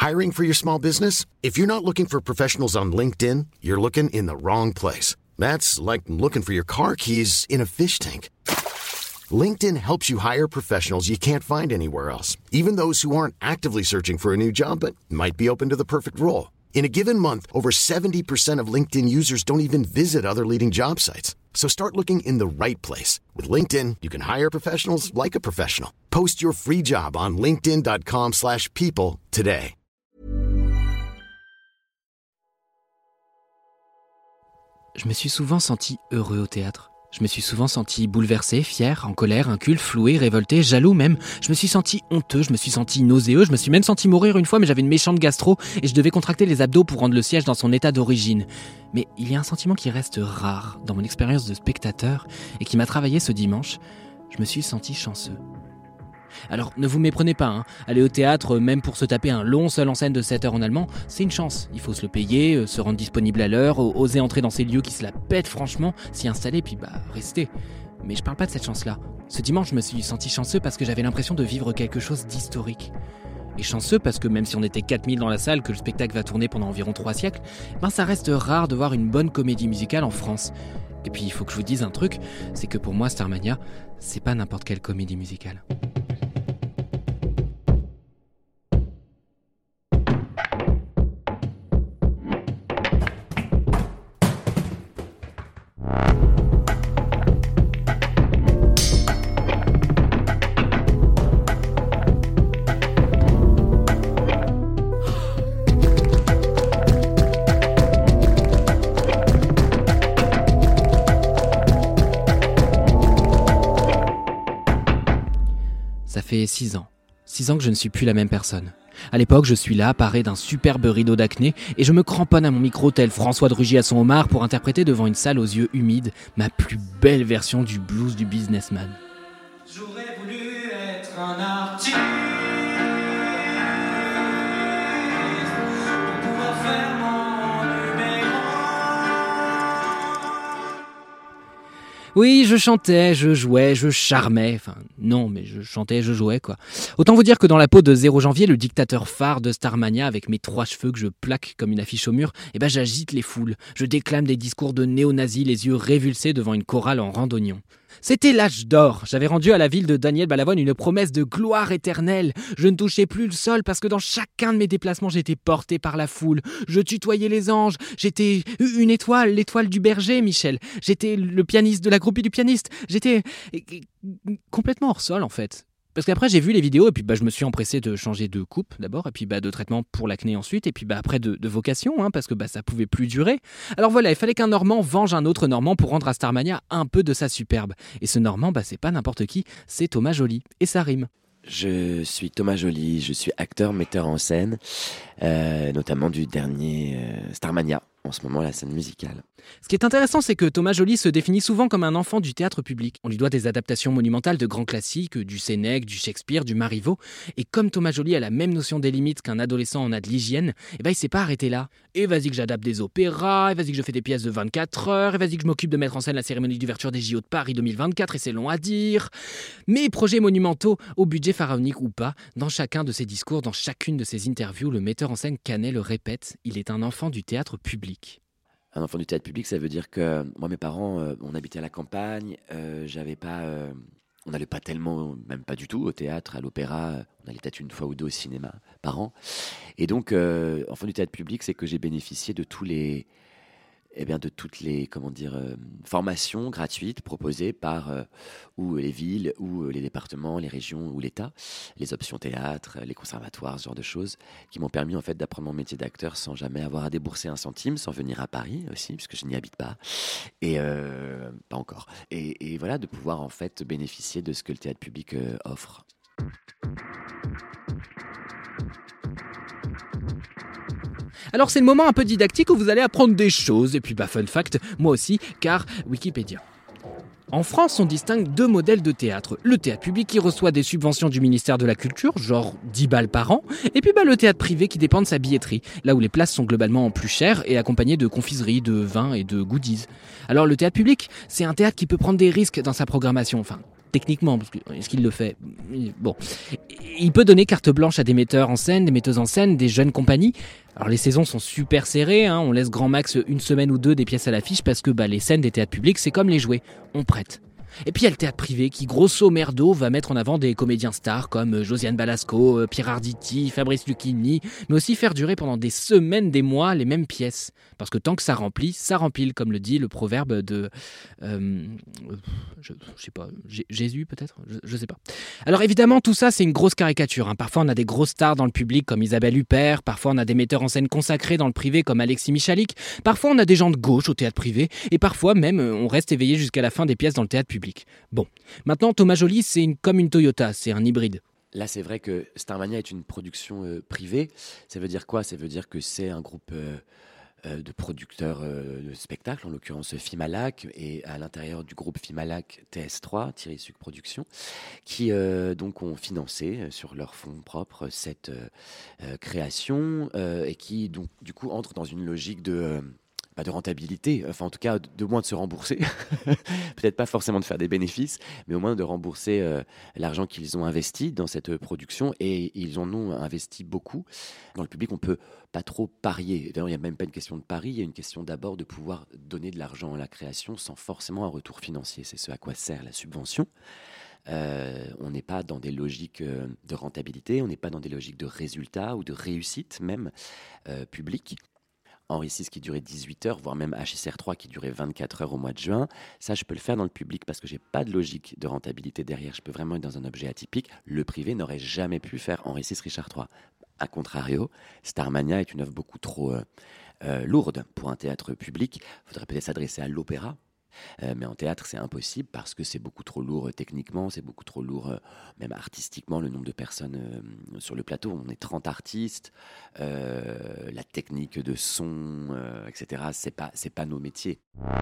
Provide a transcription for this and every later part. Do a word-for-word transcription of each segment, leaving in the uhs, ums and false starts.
Hiring for your small business? If you're not looking for professionals on LinkedIn, you're looking in the wrong place. That's like looking for your car keys in a fish tank. LinkedIn helps you hire professionals you can't find anywhere else, even those who aren't actively searching for a new job but might be open to the perfect role. In a given month, over seventy percent of LinkedIn users don't even visit other leading job sites. So start looking in the right place. With LinkedIn, you can hire professionals like a professional. Post your free job on linkedin.com slash people today. Je me suis souvent senti heureux au théâtre. Je me suis souvent senti bouleversé, fier, en colère, inculte, floué, révolté, jaloux même. Je me suis senti honteux, je me suis senti nauséeux, je me suis même senti mourir une fois, mais j'avais une méchante gastro et je devais contracter les abdos pour rendre le siège dans son état d'origine. Mais il y a un sentiment qui reste rare dans mon expérience de spectateur et qui m'a travaillé ce dimanche. Je me suis senti chanceux. Alors ne vous méprenez pas, hein. Aller au théâtre, même pour se taper un long seul en scène de sept heures en allemand, c'est une chance. Il faut se le payer, se rendre disponible à l'heure, oser entrer dans ces lieux qui se la pètent franchement, s'y installer puis bah rester. Mais je parle pas de cette chance-là. Ce dimanche, je me suis senti chanceux parce que j'avais l'impression de vivre quelque chose d'historique. Et chanceux parce que même si on était quatre mille dans la salle, que le spectacle va tourner pendant environ trois siècles, ben ça reste rare de voir une bonne comédie musicale en France. Et puis il faut que je vous dise un truc, c'est que pour moi Starmania, c'est pas n'importe quelle comédie musicale. Ça fait six ans. Six ans que je ne suis plus la même personne. À l'époque, je suis là, paré d'un superbe rideau d'acné, et je me cramponne à mon micro tel François de Rugy à son homard pour interpréter devant une salle aux yeux humides ma plus belle version du blues du businessman. J'aurais voulu être un artiste pour pouvoir faire mon numéro. Oui, je chantais, je jouais, je charmais. Enfin, non, mais je chantais, je jouais, quoi. Autant vous dire que dans la peau de zéro janvier, le dictateur phare de Starmania, avec mes trois cheveux que je plaque comme une affiche au mur, eh ben j'agite les foules. Je déclame des discours de néo-nazis, les yeux révulsés devant une chorale en randonnion. C'était l'âge d'or. J'avais rendu à la ville de Daniel Balavoine une promesse de gloire éternelle. Je ne touchais plus le sol parce que dans chacun de mes déplacements, j'étais porté par la foule. Je tutoyais les anges. J'étais une étoile, l'étoile du berger, Michel. J'étais le pianiste de la groupie du pianiste. J'étais complètement hors sol, en fait. Parce qu'après, j'ai vu les vidéos et puis bah, je me suis empressé de changer de coupe d'abord, et puis bah, de traitement pour l'acné ensuite, et puis bah, après de, de vocation, hein, parce que bah, ça pouvait plus durer. Alors voilà, il fallait qu'un Normand venge un autre Normand pour rendre à Starmania un peu de sa superbe. Et ce Normand, bah, c'est pas n'importe qui, c'est Thomas Joly. Et ça rime. Je suis Thomas Joly, je suis acteur, metteur en scène, euh, notamment du dernier euh, Starmania, en ce moment la scène musicale. Ce qui est intéressant, c'est que Thomas Joly se définit souvent comme un enfant du théâtre public. On lui doit des adaptations monumentales de grands classiques, du Sénèque, du Shakespeare, du Marivaux. Et comme Thomas Joly a la même notion des limites qu'un adolescent en a de l'hygiène, eh ben il s'est pas arrêté là. Et vas-y que j'adapte des opéras, et vas-y que je fais des pièces de vingt-quatre heures, et vas-y que je m'occupe de mettre en scène la cérémonie d'ouverture des J O de Paris deux mille vingt-quatre, et c'est long à dire. Mes projets monumentaux, au budget pharaonique ou pas, dans chacun de ses discours, dans chacune de ses interviews, le metteur en scène Canet le répète, il est un enfant du théâtre public. Un enfant du théâtre public, ça veut dire que moi, mes parents, euh, on habitait à la campagne, euh, j'avais pas, euh, on n'allait pas tellement, même pas du tout au théâtre, à l'opéra, on allait peut-être une fois ou deux au cinéma par an. Et donc, euh, enfant du théâtre public, c'est que j'ai bénéficié de tous les, eh bien, de toutes les, comment dire, euh, formations gratuites proposées par euh, ou les villes, ou les départements, les régions, ou l'État, les options théâtre, les conservatoires, ce genre de choses, qui m'ont permis en fait d'apprendre mon métier d'acteur sans jamais avoir à débourser un centime, sans venir à Paris aussi, puisque je n'y habite pas, et euh, pas encore. Et, et voilà, de pouvoir en fait bénéficier de ce que le théâtre public euh, offre. Alors c'est le moment un peu didactique où vous allez apprendre des choses, et puis bah fun fact, moi aussi, car Wikipédia. En France, on distingue deux modèles de théâtre. Le théâtre public qui reçoit des subventions du ministère de la Culture, genre dix balles par an, et puis bah, le théâtre privé qui dépend de sa billetterie, là où les places sont globalement plus chères et accompagnées de confiseries, de vins et de goodies. Alors le théâtre public, c'est un théâtre qui peut prendre des risques dans sa programmation, enfin... techniquement, parce que est-ce qu'il le fait ? Bon, il peut donner carte blanche à des metteurs en scène, des metteuses en scène, des jeunes compagnies. Alors les saisons sont super serrées, hein, on laisse grand max une semaine ou deux des pièces à l'affiche parce que bah, les scènes des théâtres publics, c'est comme les jouets, on prête. Et puis il y a le théâtre privé qui, grosso merdo, va mettre en avant des comédiens stars comme Josiane Balasco, Pierre Arditi, Fabrice Lucchini, mais aussi faire durer pendant des semaines, des mois, les mêmes pièces. Parce que tant que ça remplit, ça rempile, comme le dit le proverbe de... Euh, je, je sais pas, J- Jésus peut-être je, je sais pas. Alors évidemment, tout ça, c'est une grosse caricature. Hein. Parfois, on a des grosses stars dans le public comme Isabelle Huppert, parfois on a des metteurs en scène consacrés dans le privé comme Alexis Michalik, parfois on a des gens de gauche au théâtre privé, et parfois même, on reste éveillé jusqu'à la fin des pièces dans le théâtre public. Bon, maintenant Thomas Joly, c'est une, comme une Toyota, c'est un hybride. Là, c'est vrai que Starmania est une production euh, privée. Ça veut dire quoi ? Ça veut dire que c'est un groupe euh, euh, de producteurs euh, de spectacles, en l'occurrence Fimalac, et à l'intérieur du groupe Fimalac T S trois, Thierry Suc Productions, qui euh, donc ont financé euh, sur leurs fonds propres cette euh, euh, création euh, et qui donc du coup entrent dans une logique de euh, Bah de rentabilité, enfin en tout cas de, de moins de se rembourser, peut-être pas forcément de faire des bénéfices, mais au moins de rembourser euh, l'argent qu'ils ont investi dans cette production, et ils en ont investi beaucoup. Dans le public, on peut pas trop parier. D'ailleurs, il n'y a même pas une question de pari, il y a une question d'abord de pouvoir donner de l'argent à la création sans forcément un retour financier. C'est ce à quoi sert la subvention. Euh, on n'est pas dans des logiques euh, de rentabilité, on n'est pas dans des logiques de résultats ou de réussite même euh, publique. Henri six qui durait dix-huit heures, voire même H S R trois qui durait vingt-quatre heures au mois de juin. Ça, je peux le faire dans le public parce que j'ai pas de logique de rentabilité derrière. Je peux vraiment être dans un objet atypique. Le privé n'aurait jamais pu faire Henri six, Richard trois. A contrario, Starmania est une œuvre beaucoup trop euh, euh, lourde pour un théâtre public. Il faudrait peut-être s'adresser à l'opéra. Euh, mais en théâtre, c'est impossible parce que c'est beaucoup trop lourd euh, techniquement, c'est beaucoup trop lourd euh, même artistiquement, le nombre de personnes euh, sur le plateau. On est trente artistes, euh, la technique de son, euh, et cetera, c'est pas, c'est pas nos métiers.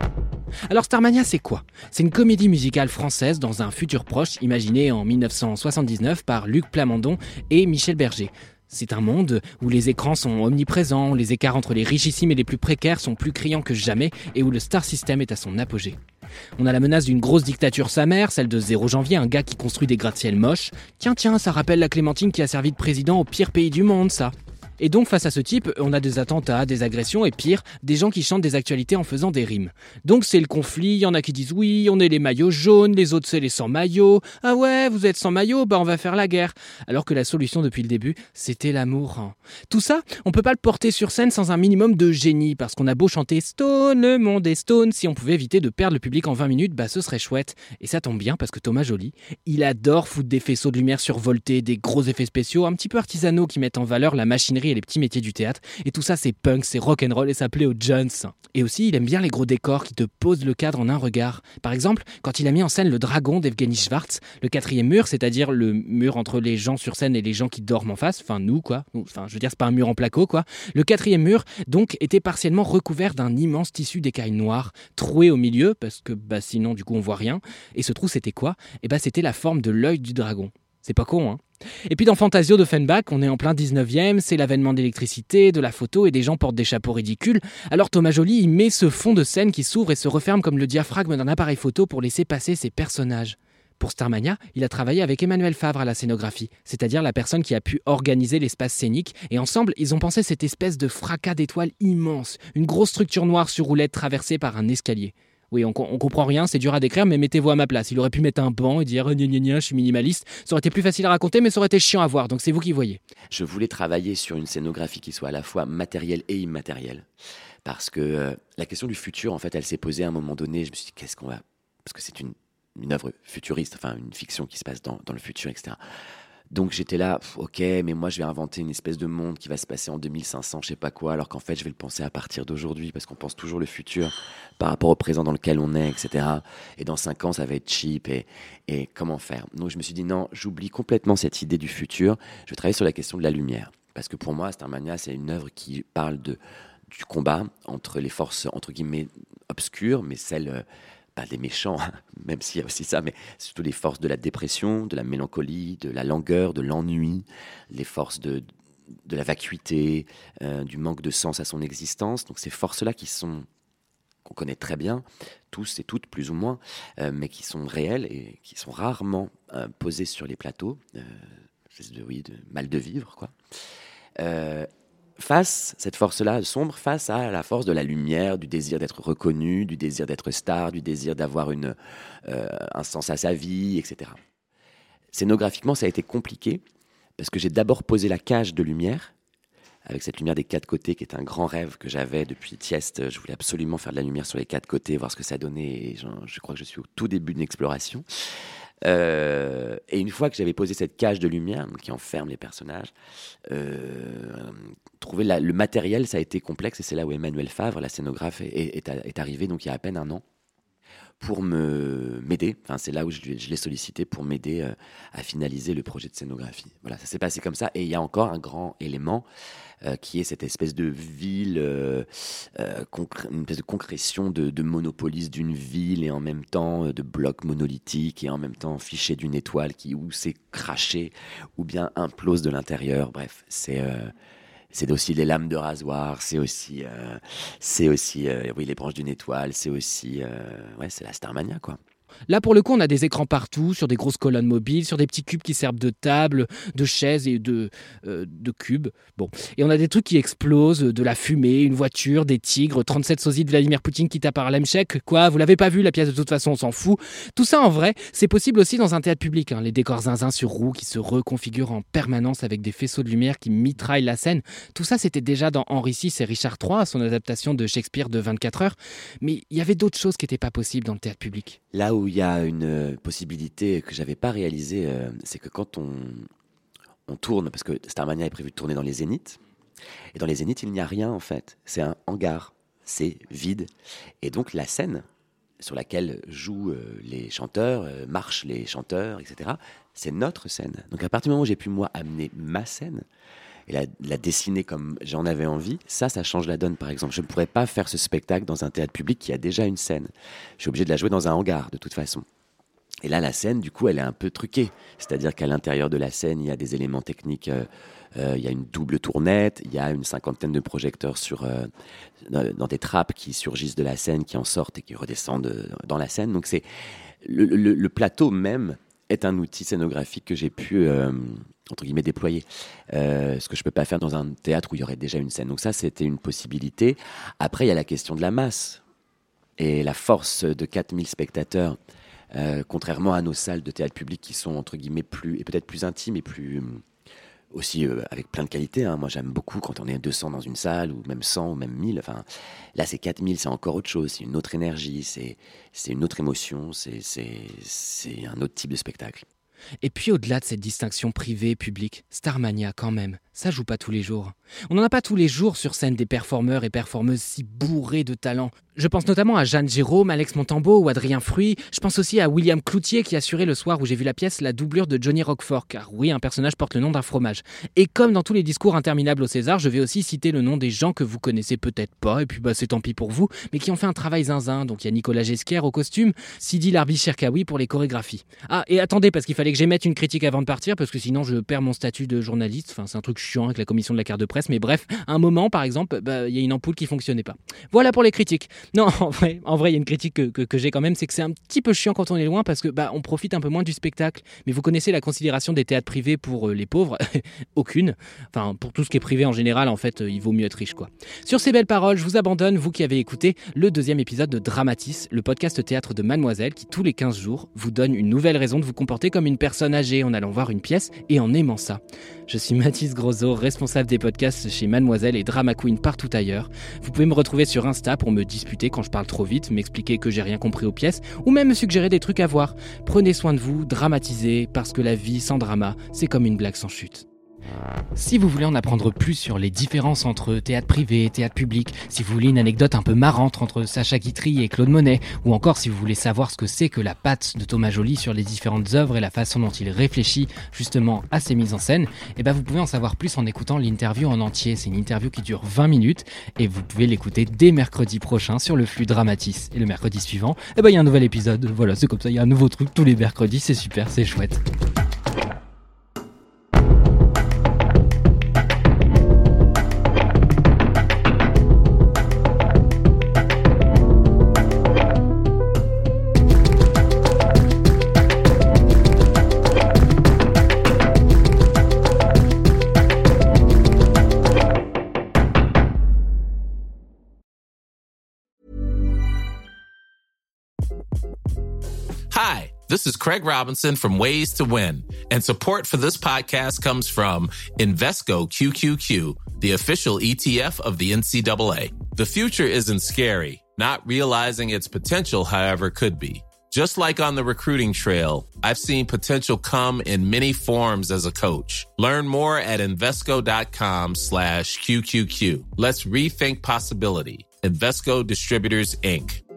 Alors Starmania, c'est quoi ? C'est une comédie musicale française dans un futur proche, imaginée en dix-neuf cent soixante-dix-neuf par Luc Plamondon et Michel Berger. C'est un monde où les écrans sont omniprésents, où les écarts entre les richissimes et les plus précaires sont plus criants que jamais et où le star system est à son apogée. On a la menace d'une grosse dictature sa mère, celle de zéro janvier, un gars qui construit des gratte-ciel moches. Tiens, tiens, ça rappelle la Clémentine qui a servi de président au pire pays du monde, ça. Et donc, face à ce type, on a des attentats, des agressions et pire, des gens qui chantent des actualités en faisant des rimes. Donc c'est le conflit, il y en a qui disent oui, on est les maillots jaunes, les autres c'est les sans maillots. Ah ouais, vous êtes sans maillot, bah on va faire la guerre. Alors que la solution depuis le début, c'était l'amour. Tout ça, on peut pas le porter sur scène sans un minimum de génie, parce qu'on a beau chanter Stone, le monde est Stone, si on pouvait éviter de perdre le public en vingt minutes, bah ce serait chouette. Et ça tombe bien parce que Thomas Joly, il adore foutre des faisceaux de lumière survoltés, des gros effets spéciaux, un petit peu artisanaux qui mettent en valeur la machinerie et les petits métiers du théâtre, et tout ça c'est punk, c'est rock'n'roll et ça plaît aux Jones. Et aussi il aime bien les gros décors qui te posent le cadre en un regard. Par exemple, quand il a mis en scène le dragon d'Evgeny Schwartz, le quatrième mur, c'est-à-dire le mur entre les gens sur scène et les gens qui dorment en face, enfin nous quoi, enfin je veux dire c'est pas un mur en placo quoi, le quatrième mur donc était partiellement recouvert d'un immense tissu d'écailles noires, troué au milieu, parce que bah sinon du coup on voit rien, et ce trou c'était quoi ? Et bah c'était la forme de l'œil du dragon. C'est pas con, hein. Et puis dans Fantasio d'Offenbach, on est en plein dix-neuvième, c'est l'avènement de l'électricité, de la photo et des gens portent des chapeaux ridicules. Alors Thomas Joly, il met ce fond de scène qui s'ouvre et se referme comme le diaphragme d'un appareil photo pour laisser passer ses personnages. Pour Starmania, il a travaillé avec Emmanuel Favre à la scénographie, c'est-à-dire la personne qui a pu organiser l'espace scénique, et ensemble, ils ont pensé cette espèce de fracas d'étoiles immense, une grosse structure noire sur roulette traversée par un escalier. Oui, on, on comprend rien, c'est dur à décrire, mais mettez-vous à ma place. Il aurait pu mettre un banc et dire oh, « gna gna gna, je suis minimaliste ». Ça aurait été plus facile à raconter, mais ça aurait été chiant à voir, donc c'est vous qui voyez. Je voulais travailler sur une scénographie qui soit à la fois matérielle et immatérielle. Parce que euh, la question du futur, en fait, elle s'est posée à un moment donné. Je me suis dit, qu'est-ce qu'on va... Parce que c'est une, une œuvre futuriste, enfin une fiction qui se passe dans, dans le futur, et cetera. Donc j'étais là, ok, mais moi je vais inventer une espèce de monde qui va se passer en deux mille cinq cents, je sais pas quoi, alors qu'en fait je vais le penser à partir d'aujourd'hui, parce qu'on pense toujours le futur par rapport au présent dans lequel on est, et cetera. Et dans cinq ans ça va être cheap, et, et comment faire ? Donc je me suis dit non, j'oublie complètement cette idée du futur, je vais travailler sur la question de la lumière. Parce que pour moi, Starmania, c'est une œuvre qui parle de, du combat entre les forces, entre guillemets, obscures, mais celles... pas des méchants, même s'il y a aussi ça, mais surtout les forces de la dépression, de la mélancolie, de la langueur, de l'ennui, les forces de, de la vacuité, euh, du manque de sens à son existence. Donc ces forces-là qui sont qu'on connaît très bien, tous et toutes plus ou moins, euh, mais qui sont réels et qui sont rarement euh, posés sur les plateaux, euh, de, oui, de mal de vivre, quoi. Euh, face, cette force-là sombre, face à la force de la lumière, du désir d'être reconnu, du désir d'être star, du désir d'avoir une, euh, un sens à sa vie, et cetera. Scénographiquement, ça a été compliqué, parce que j'ai d'abord posé la cage de lumière, avec cette lumière des quatre côtés, qui est un grand rêve que j'avais depuis Tieste. Je voulais absolument faire de la lumière sur les quatre côtés, voir ce que ça donnait, et je, je crois que je suis au tout début d'une exploration. Euh, et une fois que j'avais posé cette cage de lumière qui enferme les personnages, euh, trouver la, le matériel, ça a été complexe, et c'est là où Emmanuel Favre, la scénographe, est, est, est arrivé, donc il y a à peine un an, pour me, m'aider. Enfin, c'est là où je, je l'ai sollicité pour m'aider euh, à finaliser le projet de scénographie. Voilà, ça s'est passé comme ça, et il y a encore un grand élément euh, qui est cette espèce de ville, euh, euh, concr- une espèce de concrétion de, de monopolis d'une ville, et en même temps euh, de blocs monolithiques, et en même temps fiché d'une étoile qui ou s'est crachée, ou bien implose de l'intérieur. Bref, c'est... Euh, C'est aussi les lames de rasoir, c'est aussi, euh, c'est aussi euh, oui, les branches d'une étoile, c'est aussi... Euh, ouais, c'est la Starmania, quoi. Là, pour le coup, on a des écrans partout, sur des grosses colonnes mobiles, sur des petits cubes qui servent de table, de chaises et de, euh, de cubes. Bon. Et on a des trucs qui explosent, de la fumée, une voiture, des tigres, trente-sept sosies de Vladimir Poutine qui tape par Lemchek. Quoi, vous l'avez pas vu, la pièce, de toute façon, on s'en fout. Tout ça, en vrai, c'est possible aussi dans un théâtre public. Hein. Les décors zinzin sur roues qui se reconfigurent en permanence avec des faisceaux de lumière qui mitraillent la scène. Tout ça, c'était déjà dans Henri six et Richard trois, son adaptation de Shakespeare de vingt-quatre heures. Mais il y avait d'autres choses qui n'étaient pas possibles dans le théâtre public. Là où il y a une possibilité que j'avais pas réalisée, euh, c'est que quand on, on tourne, parce que Starmania est prévu de tourner dans les Zéniths, et dans les Zéniths, il n'y a rien en fait. C'est un hangar, c'est vide. Et donc la scène sur laquelle jouent euh, les chanteurs, euh, marchent les chanteurs, et cetera, c'est notre scène. Donc à partir du moment où j'ai pu, moi, amener ma scène, et la, la dessiner comme j'en avais envie, ça, ça change la donne, par exemple. Je ne pourrais pas faire ce spectacle dans un théâtre public qui a déjà une scène. Je suis obligé de la jouer dans un hangar, de toute façon. Et là, la scène, du coup, elle est un peu truquée. C'est-à-dire qu'à l'intérieur de la scène, il y a des éléments techniques. Euh, euh, il y a une double tournette, il y a une cinquantaine de projecteurs sur, euh, dans, dans des trappes qui surgissent de la scène, qui en sortent et qui redescendent dans la scène. Donc, c'est le, le, le plateau même est un outil scénographique que j'ai pu... Euh, entre guillemets, déployer. Euh, ce que je ne peux pas faire dans un théâtre où il y aurait déjà une scène. Donc ça, c'était une possibilité. Après, il y a la question de la masse et la force de quatre mille spectateurs, euh, contrairement à nos salles de théâtre public qui sont, entre guillemets, plus, et peut-être plus intimes et plus... aussi euh, avec plein de qualités. Hein. Moi, j'aime beaucoup quand on est deux cents dans une salle, ou même cent, ou même mille. Enfin, là, c'est quatre mille, c'est encore autre chose. C'est une autre énergie, c'est, c'est une autre émotion, c'est, c'est, c'est un autre type de spectacle. Et puis au-delà de cette distinction privée-publique, Starmania quand même, ça joue pas tous les jours. On n'en a pas tous les jours sur scène des performeurs et performeuses si bourrés de talent. Je pense notamment à Jeanne Jérôme, Alex Montambeau ou Adrien Fruy. Je pense aussi à William Cloutier qui assurait le soir où j'ai vu la pièce la doublure de Johnny Roquefort, car oui, un personnage porte le nom d'un fromage. Et comme dans tous les discours interminables au César, je vais aussi citer le nom des gens que vous connaissez peut-être pas, et puis bah c'est tant pis pour vous, mais qui ont fait un travail zinzin. Donc il y a Nicolas Ghesquière au costume, Sidi Larbi Cherkaoui pour les chorégraphies. Ah, et attendez, parce qu'il fallait que j'émette une critique avant de partir, parce que sinon je perds mon statut de journaliste. Enfin, c'est un truc chiant avec la commission de la carte de presse, mais bref, à un moment, par exemple, bah, y a une ampoule qui fonctionnait pas. Voilà pour les critiques. Non, en vrai, en vrai, il y a une critique que, que, que j'ai quand même, c'est que c'est un petit peu chiant quand on est loin, parce que bah, on profite un peu moins du spectacle. Mais vous connaissez la considération des théâtres privés pour euh, les pauvres? Aucune. Enfin, pour tout ce qui est privé en général, en fait, euh, il vaut mieux être riche, quoi. Sur ces belles paroles, je vous abandonne, vous qui avez écouté le deuxième épisode de Dramatis, le podcast théâtre de Mademoiselle, qui tous les quinze jours vous donne une nouvelle raison de vous comporter comme une personne âgée en allant voir une pièce et en aimant ça. Je suis Mathis Grosot, responsable des podcasts chez Mademoiselle et Drama Queen partout ailleurs. Vous pouvez me retrouver sur Insta pour me disputer quand je parle trop vite, m'expliquer que j'ai rien compris aux pièces, ou même me suggérer des trucs à voir. Prenez soin de vous, dramatisez, parce que la vie sans drama, c'est comme une blague sans chute. Si vous voulez en apprendre plus sur les différences entre théâtre privé et théâtre public, si vous voulez une anecdote un peu marrante entre Sacha Guitry et Claude Monet, ou encore si vous voulez savoir ce que c'est que la patte de Thomas Joly sur les différentes œuvres et la façon dont il réfléchit justement à ses mises en scène, eh ben vous pouvez en savoir plus en écoutant l'interview en entier. C'est une interview qui dure vingt minutes et vous pouvez l'écouter dès mercredi prochain sur le flux Dramatis. Et le mercredi suivant, eh ben il y a un nouvel épisode. Voilà, c'est comme ça, il y a un nouveau truc tous les mercredis, c'est super, c'est chouette. This is Craig Robinson from Ways to Win, and support for this podcast comes from Invesco Q Q Q, the official E T F of the N C double A. The future isn't scary. Not realizing its potential, however, could be. Just like on the recruiting trail, I've seen potential come in many forms as a coach. Learn more at Invesco.com slash QQQ. Let's rethink possibility. Invesco Distributors, Incorporated.